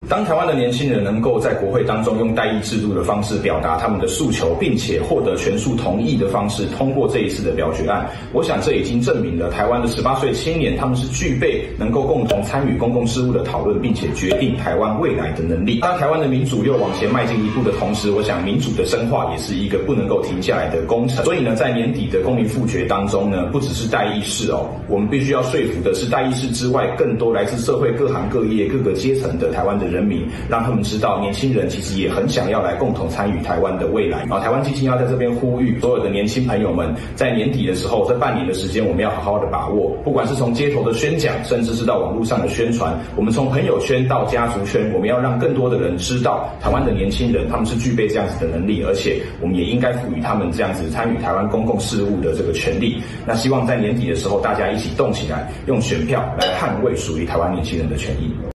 当台湾的年轻人能够在国会当中用代议制度的方式表达他们的诉求，并且获得全数同意的方式通过这一次的表决案，我想这已经证明了台湾的18岁青年他们是具备能够共同参与公共事务的讨论，并且决定台湾未来的能力。当台湾的民主又往前迈进一步的同时，我想民主的深化也是一个不能够停下来的工程。所以呢，在年底的公民复决当中呢，不只是代议士我们必须要说服的是代议士之外更多来自社会各行各业各个阶层的台湾的人民，让他们知道年轻人其实也很想要来共同参与台湾的未来。台湾基金要在这边呼吁所有的年轻朋友们，在年底的时候，这半年的时间我们要好好的把握，不管是从街头的宣讲，甚至是到网络上的宣传，我们从朋友圈到家族圈，我们要让更多的人知道台湾的年轻人他们是具备这样子的能力，而且我们也应该赋予他们这样子参与台湾公共事务的这个权利。那希望在年底的时候大家一起动起来，用选票来捍卫属于台湾年轻人的权益。